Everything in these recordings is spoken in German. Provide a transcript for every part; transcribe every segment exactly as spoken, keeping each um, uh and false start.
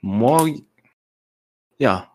Morgen, ja.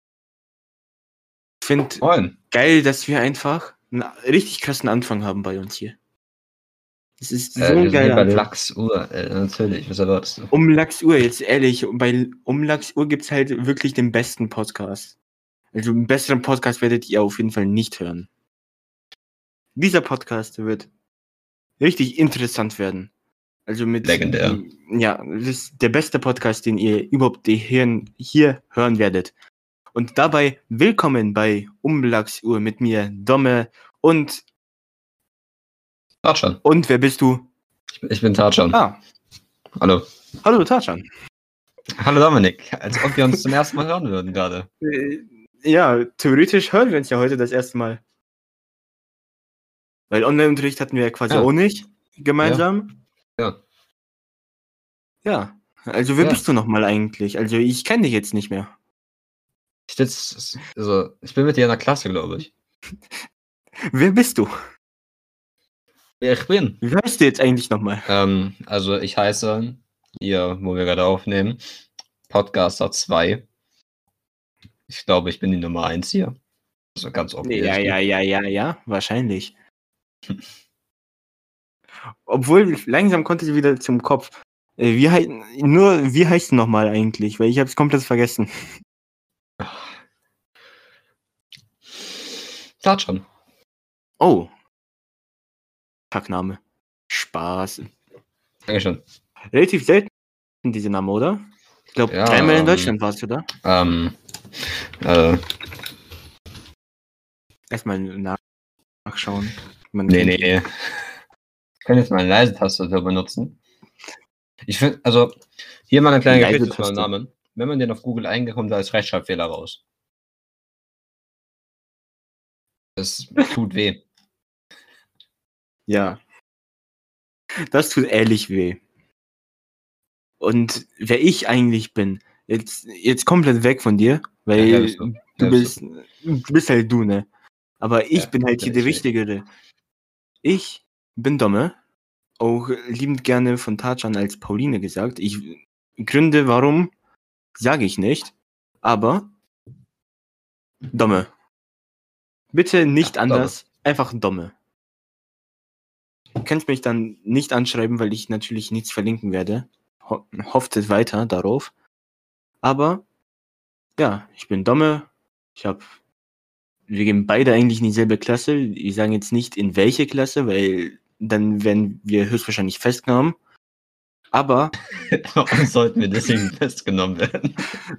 Ich finde Moin. geil, dass wir einfach einen richtig krassen Anfang haben bei uns hier. Es ist so Äh, ein wir sind hier geiler bei Anfang. Lachsuhr, äh, natürlich, was erwartest du? Um Lachsuhr, jetzt ehrlich, bei Um Lachsuhr gibt es halt wirklich den besten Podcast. Also einen besseren Podcast werdet ihr auf jeden Fall nicht hören. Dieser Podcast wird richtig interessant werden. Also mit, Legendär. ja, das ist der beste Podcast, den ihr überhaupt hier, hier hören werdet. Und dabei willkommen bei Um Lachsuhr mit mir, Domme und Tatschan. Und wer bist du? Ich, ich bin Tatschan. Ah, Hallo. hallo Tatschan. Hallo Dominik. Als ob wir uns zum ersten Mal hören würden gerade. Äh, ja, theoretisch hören wir uns ja heute das erste Mal. Weil Online-Unterricht hatten wir ja quasi Ja. auch nicht gemeinsam. Ja. Ja, also wer Ja. bist du nochmal eigentlich? Also ich kenne dich jetzt nicht mehr. Ich sitz, also, ich bin mit dir in der Klasse, glaube ich. Wer bist du? Wer ich bin? Wie heißt du jetzt eigentlich nochmal? Ähm, also ich heiße, hier, wo wir gerade aufnehmen, Podcaster zwei. Ich glaube, ich bin die Nummer eins hier. Also ganz obvious. Ja, ja, ja, ja, ja, wahrscheinlich. Obwohl, langsam konnte sie wieder zum Kopf. Äh, Wie, hei- nur, wie heißt du nochmal eigentlich? Weil ich habe es komplett vergessen. Tatschan. Oh. Kackname. Spaß. Dankeschön. Relativ selten diese Namen, oder? Ich glaube, Ja, dreimal in ähm, Deutschland warst du, oder? Ähm, äh, Erstmal nach- nachschauen. Man nee, kennt ihn. nee. Ich kann jetzt meine Leise-Tastatur benutzen. Ich finde, also, hier mal eine kleine Geschichte zu meinem Leise-Taste. Namen. Wenn man den auf Google eingibt, kommt da als Rechtschreibfehler raus. Das tut weh. Ja. Das tut ehrlich weh. Und wer ich eigentlich bin, jetzt, jetzt komplett weg von dir, weil Ja, wer bist du? du Wer bist bist, du bist halt du, ne? Aber ich Ja, bin halt hier bin der ich. Wichtigere. Ich bin Domme, auch liebend gerne von Tatschan als Pauline gesagt. Ich Gründe, warum, sage ich nicht, aber Domme. Bitte nicht Ja, anders, einfach Domme. Du kannst mich dann nicht anschreiben, weil ich natürlich nichts verlinken werde. Ho hoffte weiter darauf. Aber ja, ich bin Domme. Ich habe, wir gehen beide eigentlich in dieselbe Klasse. Ich sage jetzt nicht in welche Klasse, weil dann werden wir höchstwahrscheinlich festgenommen. Aber Warum sollten wir deswegen festgenommen werden?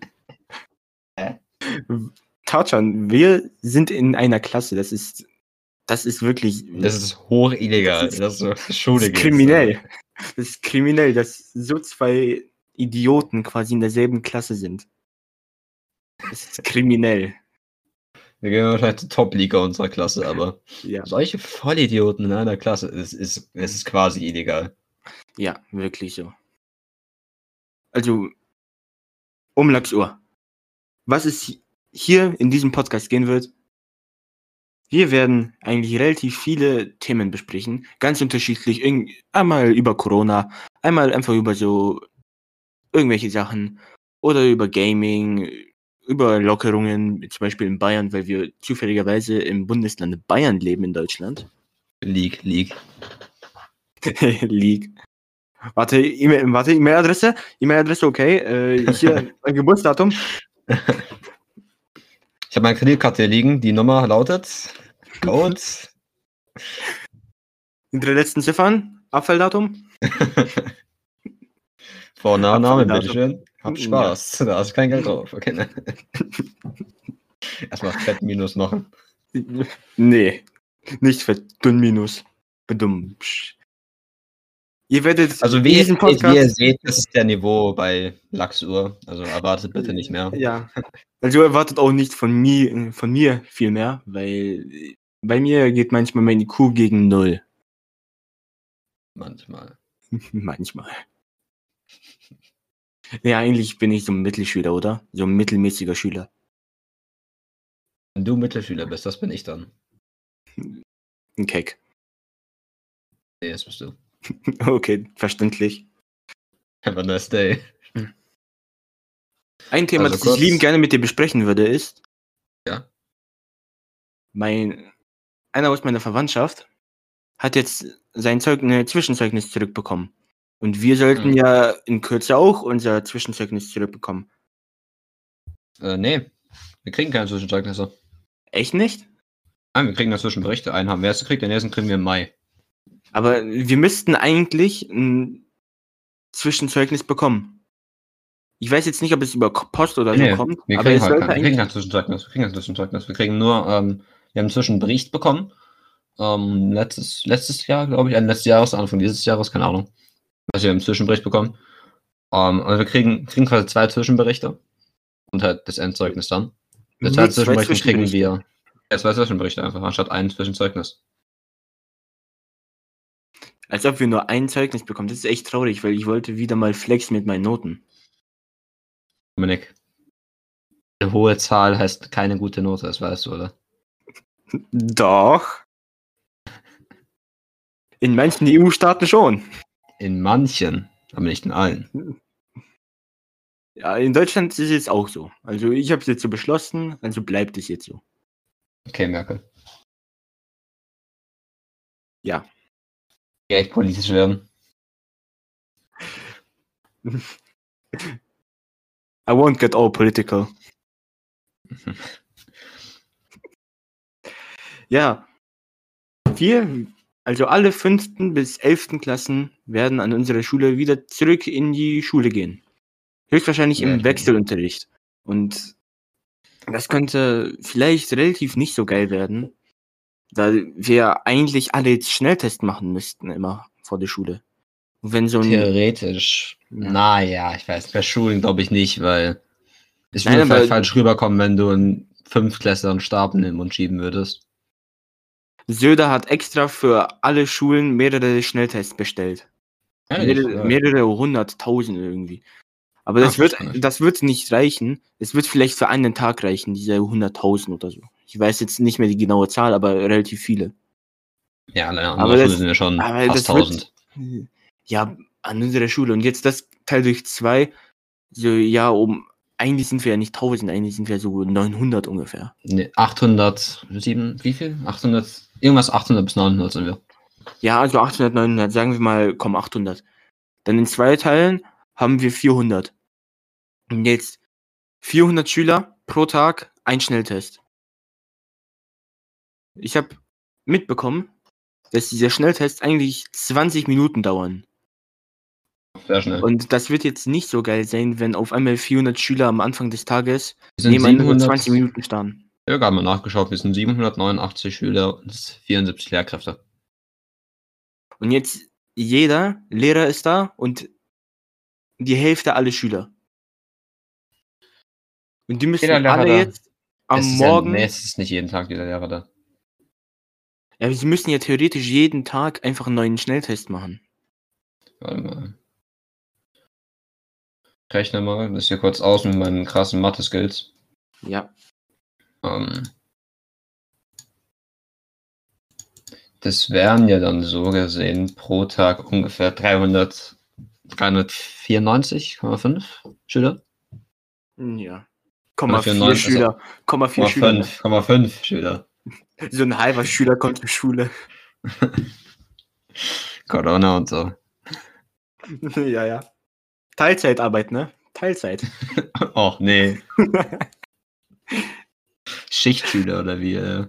Tatschan, wir sind in einer Klasse. Das ist, das ist wirklich, Das ist hoch illegal, Das ist- dass du zur das Schule ist gehst. kriminell. Das ist kriminell, dass so zwei Idioten quasi in derselben Klasse sind. Das ist kriminell. Wir gehen wahrscheinlich zur Top-Liga unserer Klasse, aber Ja, solche Vollidioten in einer Klasse, es ist, es ist quasi illegal. ja, wirklich so. Also, um Lachsuhr. Was es hier in diesem Podcast gehen wird, wir werden eigentlich relativ viele Themen besprechen, ganz unterschiedlich. Irgend- Einmal über Corona, einmal einfach über so irgendwelche Sachen oder über Gaming, über Lockerungen, zum Beispiel in Bayern, weil wir zufälligerweise im Bundesland Bayern leben in Deutschland. League, League. League. Warte, E-Mail, warte, E-Mail-Adresse? E-Mail-Adresse, okay. Äh, hier, ein Geburtsdatum. Ich habe meine Kreditkarte hier liegen, die Nummer lautet Code. Hinter den letzten Ziffern, Abfalldatum. Vor- und Nachname, Abfalldatum. bitteschön. Hab Ja. Spaß. Da ist kein Geld drauf. Okay, ne? Erstmal Fett Minus machen. Nee, nicht für dünn minus. Bedumm. Psch. Ihr werdet Also in wie ihr, diesem seht, wie ihr Podcast. seht, das ist der Niveau bei Lachsuhr. Also erwartet bitte nicht mehr. Ja. Also erwartet auch nicht von mir, von mir viel mehr, weil bei mir geht manchmal mein I Q gegen null. Manchmal. Manchmal. Ja, eigentlich bin ich so ein Mittelschüler, oder? So ein mittelmäßiger Schüler. Wenn du Mittelschüler bist, das bin ich dann. Ein Keck. Nee, das bist du. Okay, verständlich. Have a nice day. Ein Thema, Also das ich liebend kurz, gerne mit dir besprechen würde, ist, ja. mein, einer aus meiner Verwandtschaft hat jetzt sein Zeug, eine Zwischenzeugnis zurückbekommen. Und wir sollten Hm. ja in Kürze auch unser Zwischenzeugnis zurückbekommen. Äh, nee, wir kriegen keine Zwischenzeugnisse. Echt nicht? Nein, wir kriegen dazwischen Berichte. Einen haben wir erst gekriegt, den nächsten kriegen wir im Mai. Aber wir müssten eigentlich ein Zwischenzeugnis bekommen. Ich weiß jetzt nicht, ob es über Post oder so Nee, kommt, wir aber kriegen es halt sollte kein, wir kriegen eigentlich. kein Zwischenzeugnis. Wir kriegen kein Zwischenzeugnis. Wir kriegen nur, ähm, wir haben einen Zwischenbericht bekommen. Ähm, letztes, letztes Jahr, glaube ich, Ende letztes Jahres, Anfang dieses Jahres, keine Ahnung. Was wir einen Zwischenbericht bekommen. Ähm, also wir kriegen, kriegen quasi zwei Zwischenberichte. Und halt das Endzeugnis dann. Der Nur zweite zwei Zwischenbericht kriegen Zwischenberichte. wir. Ja, zwei Zwischenberichte einfach, anstatt ein Zwischenzeugnis. Als ob wir nur ein Zeugnis bekommen. Das ist echt traurig, weil ich wollte wieder mal flexen mit meinen Noten. Dominik, eine hohe Zahl heißt keine gute Note, das weißt du, oder? Doch. In manchen E U-Staaten schon. In manchen, aber nicht in allen. Ja, in Deutschland ist es jetzt auch so. Also ich habe es jetzt so beschlossen, also bleibt es jetzt so. Okay, Merkel. Ja. Ja, echt politisch werden. I won't get all political. Ja. Wir, also alle fünften bis elften Klassen werden an unserer Schule wieder zurück in die Schule gehen. Höchstwahrscheinlich Ja, im ich- Wechselunterricht. Und das könnte vielleicht relativ nicht so geil werden, da wir eigentlich alle jetzt Schnelltest machen müssten immer vor der Schule. Und wenn so ein Theoretisch. Ja. Naja, ich weiß, bei Schulen glaube ich nicht, weil es Nein, würde vielleicht aber- falsch rüberkommen, wenn du einen Fünftklässler einen Stab in den Mund schieben würdest. Söder hat extra für alle Schulen mehrere Schnelltests bestellt. Ehrlich? Mehrere, Ja. mehrere hunderttausend irgendwie. Aber das Ah, wird, das kann ich. das wird nicht reichen. Es wird vielleicht für einen Tag reichen, diese hunderttausend oder so. Ich weiß jetzt nicht mehr die genaue Zahl, aber relativ viele. Ja, an Aber unserer Schule das- sind ja schon aber fast das wird- tausend. Ja, an unserer Schule. Und jetzt das Teil durch zwei, so, ja, um, eigentlich sind wir ja nicht tausend, eigentlich sind wir so neunhundert ungefähr. Nee, achthundertsieben, wie viel? achthundert, irgendwas achthundert bis neunhundert sind wir. Ja, also achthundert, neunhundert, sagen wir mal, komm, achthundert. Dann in zwei Teilen haben wir vierhundert. Und jetzt vierhundert Schüler pro Tag, ein Schnelltest. Ich habe mitbekommen, dass diese Schnelltests eigentlich zwanzig Minuten dauern. Sehr schnell. Und das wird jetzt nicht so geil sein, wenn auf einmal vierhundert Schüler am Anfang des Tages Wir sind nebeneinander siebenhundert, zwanzig Minuten starren. ja, gerade mal nachgeschaut, wir sind siebenhundertneunundachtzig Schüler und vierundsiebzig Lehrkräfte. Und jetzt jeder Lehrer ist da und die Hälfte alle Schüler. Und die müssen Jeder Lehrer alle da. jetzt am es ist Morgen. Ja, nee, es ist nicht jeden Tag dieser Lehrer da. Ja, sie müssen ja theoretisch jeden Tag einfach einen neuen Schnelltest machen. Warte mal. Ich rechne mal das hier kurz aus mit meinen krassen Mathe-Skills. Ja. Ähm, das wären ja dann so gesehen pro Tag ungefähr dreihundert, dreihundertvierundneunzig Komma fünf Schüler. Ja. Komma vier vierundneunzig, Schüler. Komma vier Schüler. fünf Komma fünf Schüler. So ein halber Schüler kommt zur Schule. Corona und so. Ja, ja. Teilzeitarbeit, ne? Teilzeit. Och, nee. Schichtschüler oder wie? Äh.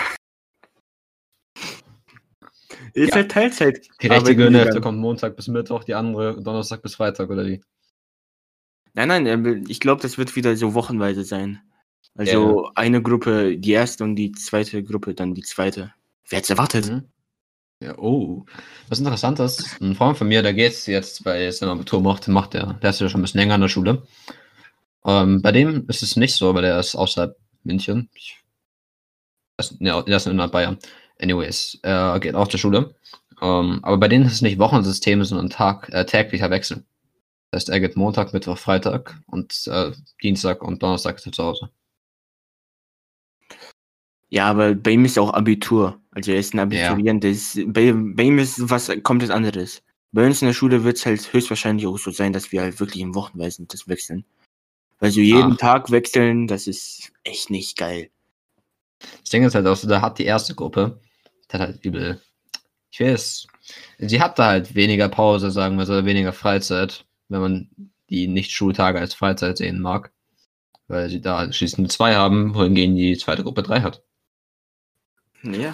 Ist Ja. halt Teilzeit. Die richtige Arbeiten Hälfte gegangen. kommt Montag bis Mittwoch, die andere Donnerstag bis Freitag oder wie? Nein, nein, ähm, ich glaube, das wird wieder so wochenweise sein. Also eine Gruppe die erste und die zweite Gruppe dann die zweite. Wer hätte erwartet? Mhm. Ja, oh. Was interessant ist, ein Freund von mir, der geht jetzt, weil er sein Abitur macht, macht der, der ist ja schon ein bisschen länger in der Schule. Ähm, bei dem ist es nicht so, weil der ist außerhalb München. Ich, das, ne, der ist in Bayern. Anyways, er geht auch zur Schule. Ähm, aber bei denen ist es nicht Wochensystem, sondern Tag, äh, täglicher Wechsel. Das heißt, er geht Montag, Mittwoch, Freitag und äh, Dienstag und Donnerstag ist er zu Hause. Ja, aber bei ihm ist auch Abitur. Also er ist ein Abiturient. Ja. Ist, bei, bei ihm ist was komplett anderes. Bei uns in der Schule wird es halt höchstwahrscheinlich auch so sein, dass wir halt wirklich im Wochenweisen das wechseln. Also jeden Ach. Tag wechseln, das ist echt nicht geil. Das Ding ist halt auch so, da hat die erste Gruppe, die hat halt übel, ich weiß, sie hat da halt weniger Pause, sagen wir so, weniger Freizeit, wenn man die Nicht-Schultage als Freizeit sehen mag. Weil sie da schließlich nur zwei haben, wohingegen die zweite Gruppe drei hat. Ja.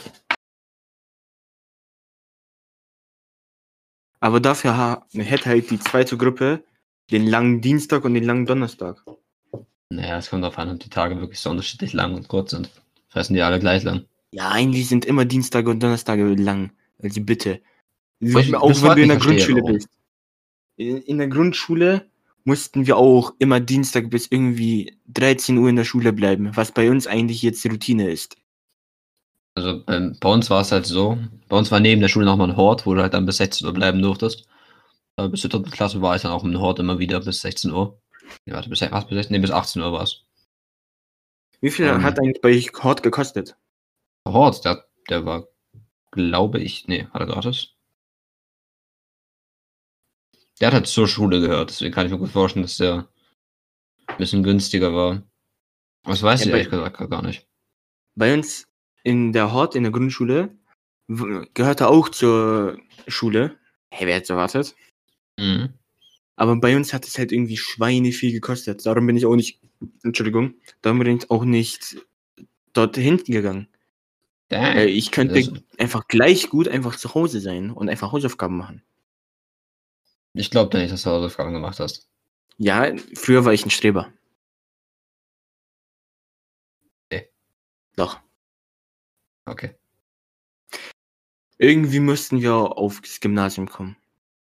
Aber dafür ha- hätte halt die zweite Gruppe den langen Dienstag und den langen Donnerstag. Naja, es kommt darauf an, ob die Tage wirklich so unterschiedlich lang und kurz sind. Fressen die alle gleich lang. Ja, eigentlich sind immer Dienstage und Donnerstage lang. Also bitte. Ich- auch das wenn Wort du in nicht der verstehe, Grundschule warum. bist. In, in der Grundschule mussten wir auch immer Dienstag bis irgendwie dreizehn Uhr in der Schule bleiben, was bei uns eigentlich jetzt Routine ist. Also ähm, bei uns war es halt so, bei uns war neben der Schule nochmal ein Hort, wo du halt dann bis sechzehn Uhr bleiben durftest. Aber bis zur dritten Klasse war ich dann auch im Hort immer wieder bis sechzehn Uhr. Ja, warte, bis, was, bis, sechzehn, nee, bis achtzehn Uhr war es. Wie viel Ähm, hat eigentlich bei euch Hort gekostet? Hort, der, der war, glaube ich, nee, hat er gratis? Der hat halt zur Schule gehört, deswegen kann ich mir gut vorstellen, dass der ein bisschen günstiger war. Aber das weiß Ja, ich bei- ehrlich gesagt gar nicht. Bei uns in der Hort, in der Grundschule, w- gehörte auch zur Schule. Hey, wer hätte es erwartet? Mhm. Aber bei uns hat es halt irgendwie Schweine viel gekostet. Darum bin ich auch nicht, Entschuldigung, darum bin ich auch nicht dort hinten gegangen. Dang. Äh, ich könnte Das, einfach gleich gut einfach zu Hause sein und einfach Hausaufgaben machen. ich glaube nicht, dass du Hausaufgaben gemacht hast. Ja, früher war ich ein Streber. Nee. Doch. Okay. Irgendwie mussten wir aufs Gymnasium kommen.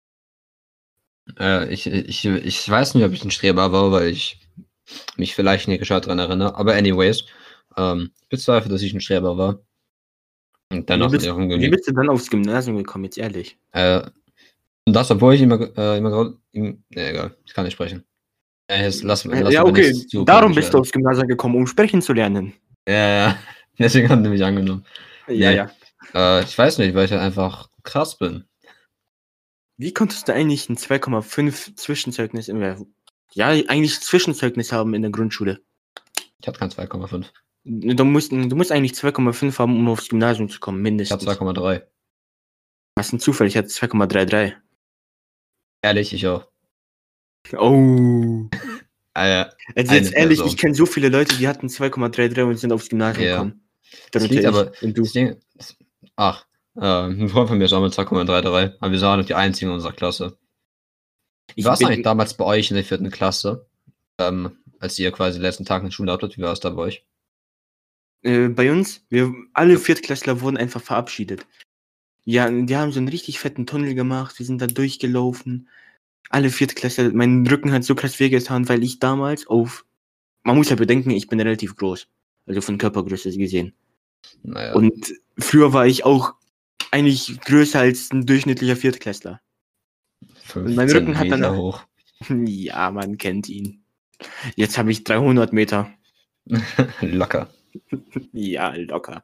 Äh, ich, ich, ich weiß nicht, ob ich ein Streber war, weil ich mich vielleicht nicht gescheit dran erinnere. Aber anyways, ähm, ich bezweifle, dass ich ein Streber war. Und Wie danach bist, in wie Uni. bist du dann aufs Gymnasium gekommen, jetzt ehrlich? Äh, und das, obwohl ich immer, äh, immer gerade. Nee, egal, ich kann nicht sprechen. Äh, jetzt lass, Äh, lass ja, aber okay, nicht zu darum politisch bist du werden. aufs Gymnasium gekommen, um sprechen zu lernen. Ja, ja, deswegen haben die mich angenommen. Ja, Nee. ja. Äh, ich weiß nicht, weil ich halt einfach krass bin. Wie konntest du eigentlich ein zwei Komma fünf Zwischenzeugnis, in der, ja, eigentlich Zwischenzeugnis haben in der Grundschule? Ich hatte kein zwei Komma fünf. Du musst, du musst eigentlich zwei Komma fünf haben, um aufs Gymnasium zu kommen, Ich hatte mindestens. zwei Komma drei. Was ein Zufall, ich hatte zwei Komma dreiunddreißig. Ehrlich, ich auch. Oh. Äh, Also Eine jetzt ehrlich, Person. ich kenne so viele Leute, die hatten zwei Komma dreiunddreißig und sind aufs Gymnasium Ja. gekommen. Das Darunter liegt ich aber. und du. Das Ding, das, ach, äh, ein Freund von mir ist auch mit zwei Komma dreiunddreißig, aber wir waren noch die einzigen in unserer Klasse. Wie Ich war es bin- eigentlich damals bei euch in der vierten Klasse? Ähm, als ihr quasi den letzten Tag in der Schule hattet, wie war es da bei euch? Äh, bei uns, wir alle Viertklässler wurden einfach verabschiedet. Ja, die haben so einen richtig fetten Tunnel gemacht, wir sind da durchgelaufen. Alle Viertklässler, mein Rücken hat so krass wehgetan, weil ich damals auf, man muss ja bedenken, ich bin relativ groß, also von Körpergröße gesehen. Naja, Und früher war ich auch eigentlich größer als ein durchschnittlicher Viertklässler. fünfzehn mein Rücken hat Meter dann- hoch. Ja, man kennt ihn. Jetzt habe ich dreihundert Meter. Locker. Ja, locker.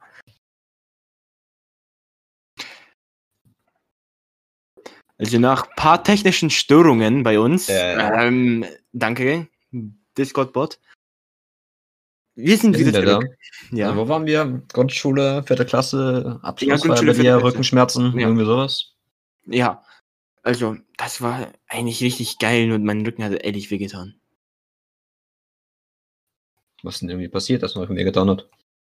Also nach paar technischen Störungen bei uns, Ja, ja. ähm, danke, Discord-Bot. Wir sind Wir wieder sind wieder da. zurück. Ja. Also, wo waren wir? Grundschule, vierte Klasse, Abschlussfeier Grundschule, bei dir, vierte Klasse. Rückenschmerzen, Ja. irgendwie sowas? Ja, also das war eigentlich richtig geil und mein Rücken hat ehrlich wehgetan. Was denn irgendwie passiert, dass man mir getan hat?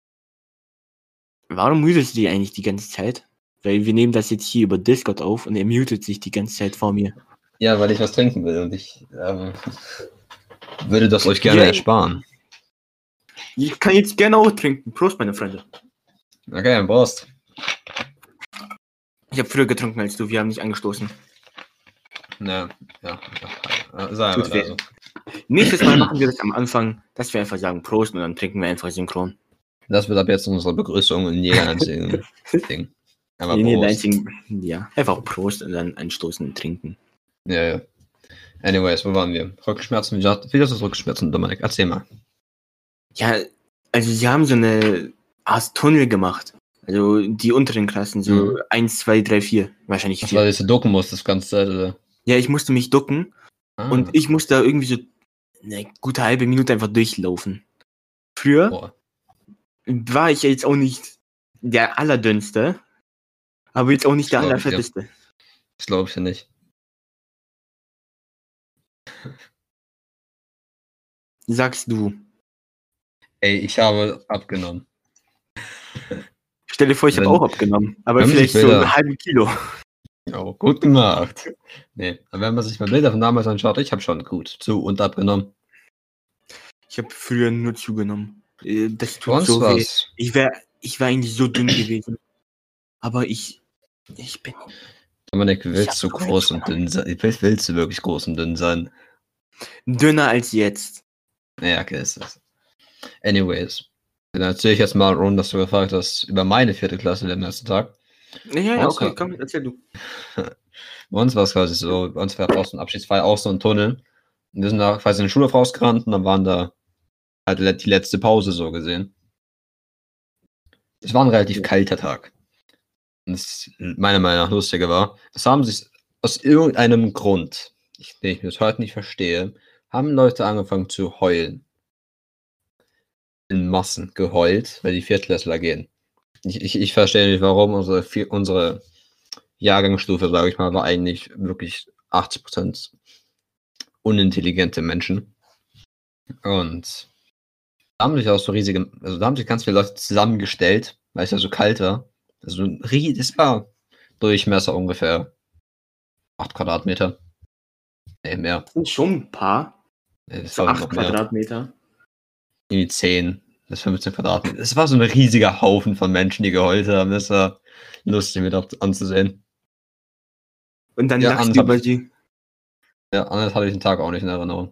Warum mutest du dich eigentlich die ganze Zeit? Weil wir nehmen das jetzt hier über Discord auf und er mutet sich die ganze Zeit vor mir. Ja, weil ich was trinken will und ich ähm, würde das euch gerne Ja. ersparen. Ich kann jetzt gerne auch trinken. Prost, meine Freunde. Okay, Prost. Ich habe früher getrunken als du, wir haben nicht angestoßen. Ja, ja, ja. Äh, Sei Tut aber weh. also. Nächstes Mal machen wir das am Anfang, dass wir einfach sagen Prost und dann trinken wir einfach synchron. Das wird ab jetzt unsere Begrüßung in jedem einzigen Ding. Aber In jedem Prost. einzigen, ja, einfach Prost und dann anstoßen und trinken. Ja, ja. Anyways, wo waren wir? Rückenschmerzen, wie gesagt, wie ist das Rückenschmerzen, Dominik? Erzähl mal. Ja, also sie haben so eine Art Tunnel gemacht. Also die unteren Klassen, so Mhm. eins, zwei, drei, vier, wahrscheinlich Das war, vier. dass du ducken musst, das ganze Zeit, oder? Ja, ich musste mich ducken Ah. und ich musste da irgendwie so eine gute halbe Minute einfach durchlaufen. Früher Boah. war ich jetzt auch nicht der allerdünnste, aber jetzt auch nicht der Das glaub ich dir. allerfetteste. Das glaube ich ja nicht. Sagst du. Ey, ich habe abgenommen. Stell dir vor, ich habe Wenn- auch abgenommen, aber wenn man vielleicht sich so Bilder- einen halben Kilo. Oh, gut gemacht. Nee, aber wenn man sich mal Bilder von damals anschaut, ich habe schon gut zu und abgenommen. Ich habe früher nur zugenommen. Äh, Das Für tut uns so weh. war's. Ich wäre ich war eigentlich so dünn gewesen. Aber ich, ich bin Dominik, Ich willst hab du so viel groß und dünn sein? Willst, willst du wirklich groß und dünn sein? dünner als jetzt. Ja, okay, ist das. Anyways. Dann erzähle ich jetzt mal, Ron, dass du gefragt hast über meine vierte Klasse den ersten Tag. Ja, ja, Was okay, war- komm, erzähl du. Bei uns war es quasi so, bei uns war auch so ein Abschiedsfeier, auch so ein Tunnel. Und wir sind da quasi in den Schulhof rausgerannt und dann waren da halt le- die letzte Pause so gesehen. Es war ein relativ kalter Tag. Und das meiner Meinung nach lustige war, es haben sich aus irgendeinem Grund, ich, den ich bis heute nicht verstehe, haben Leute angefangen zu heulen. In Massen geheult, weil die Viertklässler gehen. Ich, ich, ich verstehe nicht, warum unsere, vier- unsere Jahrgangsstufe, sage ich mal, war eigentlich wirklich achtzig Prozent unintelligente Menschen. Und da haben sich auch so riesige, also da haben sich ganz viele Leute zusammengestellt, weil es ja so kalt war. Also ein rie- das war Durchmesser ungefähr acht Quadratmeter. Nee, mehr. Das sind schon ein paar. Nee, das So war acht noch mehr. Quadratmeter. Irgendwie zehn bis fünfzehn Quadratmeter. Es war so ein riesiger Haufen von Menschen, die geheult haben. Das war lustig mit ab- anzusehen. Und dann Ja, lachst anders du hab über ich- sie. Ja, anders hatte ich den Tag auch nicht in Erinnerung.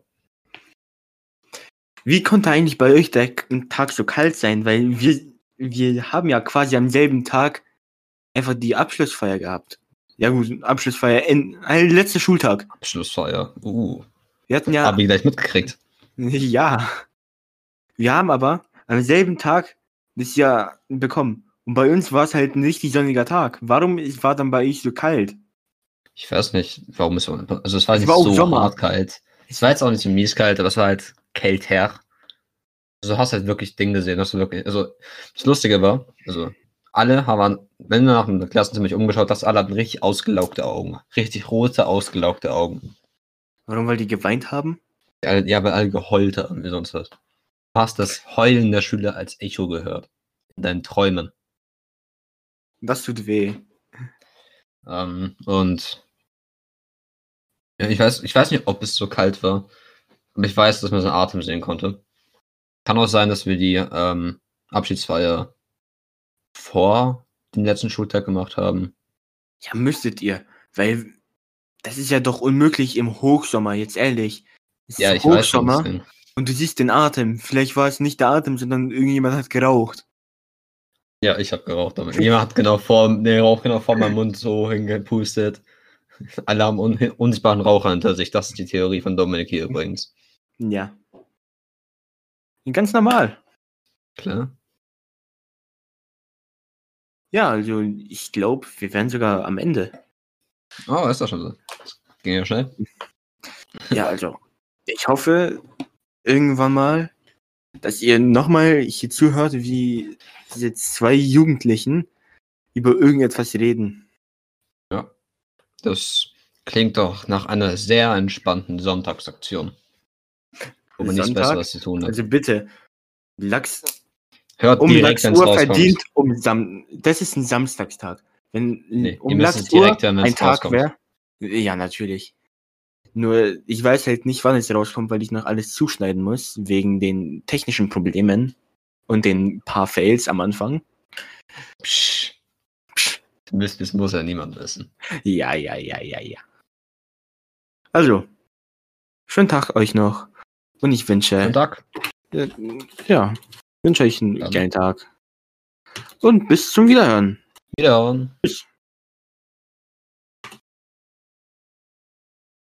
Wie konnte eigentlich bei euch der Tag so kalt sein? Weil wir, wir haben ja quasi am selben Tag einfach die Abschlussfeier gehabt. Ja gut, Abschlussfeier, in, äh, letzter Schultag. Abschlussfeier. Uh. Wir hatten ja, Hab ich gleich mitgekriegt. ja. Wir haben aber am selben Tag das ja bekommen. Und bei uns war es halt ein richtig sonniger Tag. Warum ist- war dann bei euch so kalt? Ich weiß nicht, warum es so. Also es war Es nicht war auch so Sommer. hart kalt. Es war jetzt auch nicht so mies kalt, aber es war halt kälter. Also du hast halt wirklich Ding gesehen, hast du wirklich. Also das Lustige war, also alle haben, wenn du nach dem Klassenzimmer dich umgeschaut hast, alle hatten richtig ausgelaugte Augen. Richtig rote, ausgelaugte Augen. Warum, weil die geweint haben? Die alle- Ja, weil alle geheult haben, wie sonst was. Du hast das Heulen der Schüler als Echo gehört. In deinen Träumen. Das tut weh. Ähm, und ja, ich weiß, ich weiß nicht, ob es so kalt war, aber ich weiß, dass man seinen Atem sehen konnte. Kann auch sein, dass wir die ähm, Abschiedsfeier vor dem letzten Schultag gemacht haben. Ja, müsstet ihr. Weil das ist ja doch unmöglich im Hochsommer, jetzt ehrlich. Es Ja, ist ich weiß Hochsommer nicht. und du siehst den Atem. Vielleicht war es nicht der Atem, sondern irgendjemand hat geraucht. Ja, ich habe geraucht. Aber jemand hat genau vor, den Rauch genau vor meinem Mund so hingepustet. Alle haben un unsichtbaren Rauch hinter sich. Das ist die Theorie von Dominik hier übrigens. Ja. Ganz normal. Klar. Ja, also ich glaube, wir wären sogar am Ende. Oh, ist das schon so. Das ging ja schnell. Ja, also ich hoffe irgendwann mal, dass ihr nochmal hier zuhört, wie diese zwei Jugendlichen über irgendetwas reden. Das klingt doch nach einer sehr entspannten Sonntagsaktion. Wo man nichts Sonntag? Besseres zu tun hat. Also bitte, Lachs, Hört um direkt, wenn es Lachsuhr rauskommt. verdient um Sam das ist ein Samstagstag. Wenn Nee, ihr um müsst es Lachsuhr direkt hören, wenn's ein Tag rauskommt. wäre. Ja, natürlich. Nur ich weiß halt nicht, wann es rauskommt, weil ich noch alles zuschneiden muss, wegen den technischen Problemen und den paar Fails am Anfang. Psch. Psch. Das, das muss ja niemand wissen. Ja, ja, ja, ja, ja. Also, schönen Tag euch noch. Und ich wünsche, Schönen Tag. äh, ja, wünsche euch einen Dann. geilen Tag. Und bis zum Wiederhören. Wiederhören. Tschüss.